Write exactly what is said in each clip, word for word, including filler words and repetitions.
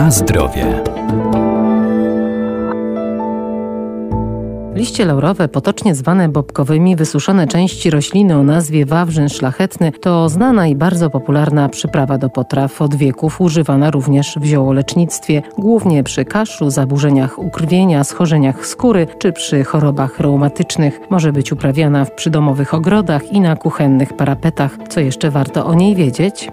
Na zdrowie. Liście laurowe, potocznie zwane bobkowymi, wysuszone części rośliny o nazwie wawrzyn szlachetny, to znana i bardzo popularna przyprawa do potraw, od wieków używana również w ziołolecznictwie, głównie przy kaszlu, zaburzeniach ukrwienia, schorzeniach skóry czy przy chorobach reumatycznych. Może być uprawiana w przydomowych ogrodach i na kuchennych parapetach. Co jeszcze warto o niej wiedzieć?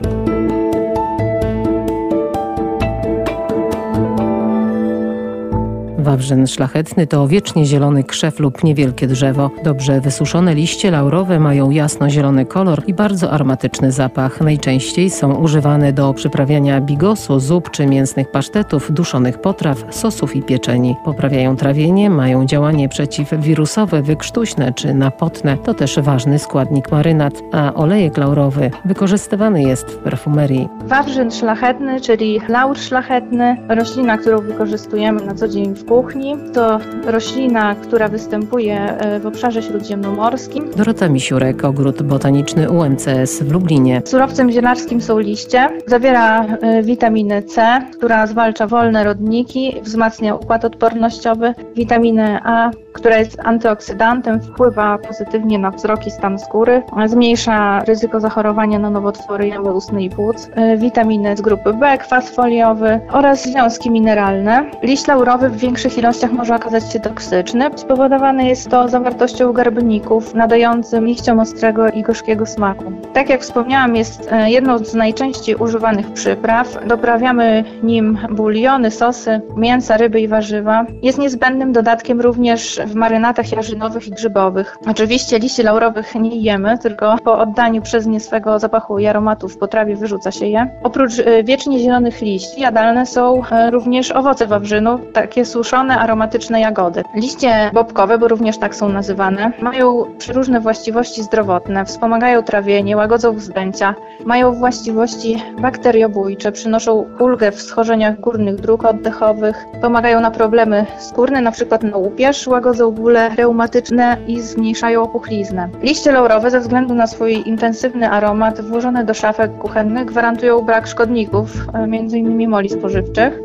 Wawrzyn szlachetny to wiecznie zielony krzew lub niewielkie drzewo. Dobrze wysuszone liście laurowe mają jasno-zielony kolor i bardzo aromatyczny zapach. Najczęściej są używane do przyprawiania bigosu, zup czy mięsnych pasztetów, duszonych potraw, sosów i pieczeni. Poprawiają trawienie, mają działanie przeciwwirusowe, wykrztuśne czy napotne. To też ważny składnik marynat, a olejek laurowy wykorzystywany jest w perfumerii. Wawrzyn szlachetny, czyli laur szlachetny, roślina, którą wykorzystujemy na co dzień w kuchni. To roślina, która występuje w obszarze śródziemnomorskim. Dorota Misiurek, Ogród Botaniczny U M C S w Lublinie. Surowcem zielarskim są liście. Zawiera witaminę C, która zwalcza wolne rodniki, wzmacnia układ odpornościowy. Witaminę A, która jest antyoksydantem, wpływa pozytywnie na wzrok i stan skóry. Zmniejsza ryzyko zachorowania na nowotwory jamy ustnej i płuc. Witaminy z grupy B, kwas foliowy oraz związki mineralne. Liść laurowy w większych ilościach może okazać się toksyczny. Spowodowane jest to zawartością garbników nadającym liściom ostrego i gorzkiego smaku. Tak jak wspomniałam, jest jedną z najczęściej używanych przypraw. Doprawiamy nim buliony, sosy, mięsa, ryby i warzywa. Jest niezbędnym dodatkiem również w marynatach jarzynowych i grzybowych. Oczywiście liści laurowych nie jemy, tylko po oddaniu przez nie swego zapachu i aromatu w potrawie wyrzuca się je. Oprócz wiecznie zielonych liści jadalne są również owoce wawrzynu, takie suszone, aromatyczne jagody. Liście bobkowe, bo również tak są nazywane, mają przeróżne właściwości zdrowotne, wspomagają trawienie, łagodzą wzdęcia, mają właściwości bakteriobójcze, przynoszą ulgę w schorzeniach górnych dróg oddechowych, pomagają na problemy skórne, np. na łupież, łagodzą bóle reumatyczne i zmniejszają opuchliznę. Liście laurowe ze względu na swój intensywny aromat włożone do szafek kuchennych gwarantują brak szkodników, między innymi moli spożywczych.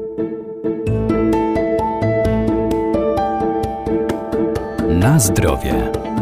Na zdrowie.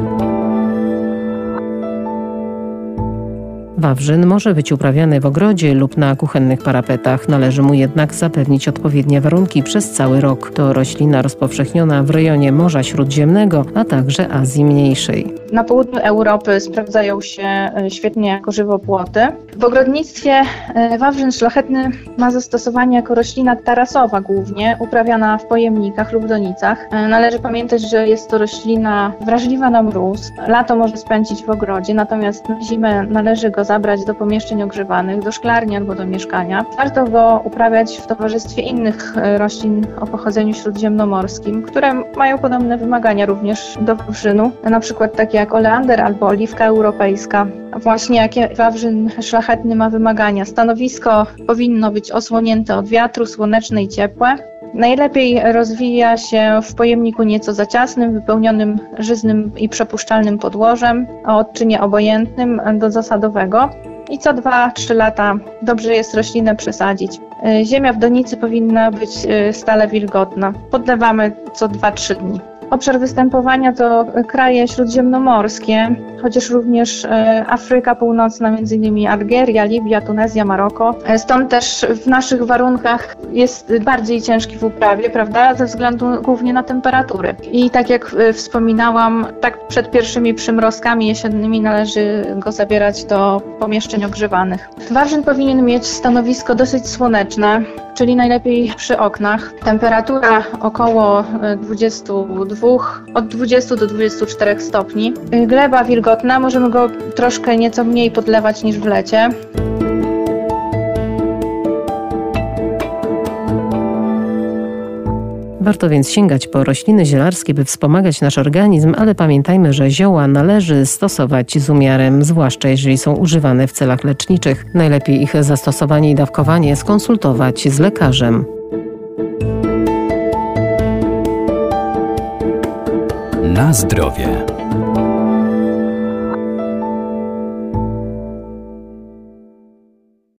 Wawrzyn może być uprawiany w ogrodzie lub na kuchennych parapetach. Należy mu jednak zapewnić odpowiednie warunki przez cały rok. To roślina rozpowszechniona w rejonie Morza Śródziemnego, a także Azji Mniejszej. Na południu Europy sprawdzają się świetnie jako żywopłoty. W ogrodnictwie wawrzyn szlachetny ma zastosowanie jako roślina tarasowa głównie, uprawiana w pojemnikach lub donicach. Należy pamiętać, że jest to roślina wrażliwa na mróz. Lato może spędzić w ogrodzie, natomiast na zimę należy go zabrać do pomieszczeń ogrzewanych, do szklarni albo do mieszkania. Warto go uprawiać w towarzystwie innych roślin o pochodzeniu śródziemnomorskim, które mają podobne wymagania również do wawrzynu, na przykład takie jak oleander albo oliwka europejska. Właśnie jakie wawrzyn szlachetny ma wymagania? Stanowisko powinno być osłonięte od wiatru, słoneczne i ciepłe. Najlepiej rozwija się w pojemniku nieco za ciasnym, wypełnionym żyznym i przepuszczalnym podłożem o odczynie obojętnym do zasadowego i co dwa trzy lata dobrze jest roślinę przesadzić. Ziemia w donicy powinna być stale wilgotna. Podlewamy co dwa trzy dni. Obszar występowania to kraje śródziemnomorskie, chociaż również Afryka Północna, między innymi Algieria, Libia, Tunezja, Maroko. Stąd też w naszych warunkach jest bardziej ciężki w uprawie, prawda, ze względu głównie na temperatury. I tak jak wspominałam, tak przed pierwszymi przymrozkami jesiennymi należy go zabierać do pomieszczeń ogrzewanych. Wawrzyn powinien mieć stanowisko dosyć słoneczne, czyli najlepiej przy oknach. Temperatura około dwudziestu dwóch, od dwudziestu do dwudziestu czterech stopni. Gleba wilgotna, możemy go troszkę nieco mniej podlewać niż w lecie. Warto więc sięgać po rośliny zielarskie, by wspomagać nasz organizm, ale pamiętajmy, że zioła należy stosować z umiarem, zwłaszcza jeżeli są używane w celach leczniczych. Najlepiej ich zastosowanie i dawkowanie skonsultować z lekarzem. Na zdrowie.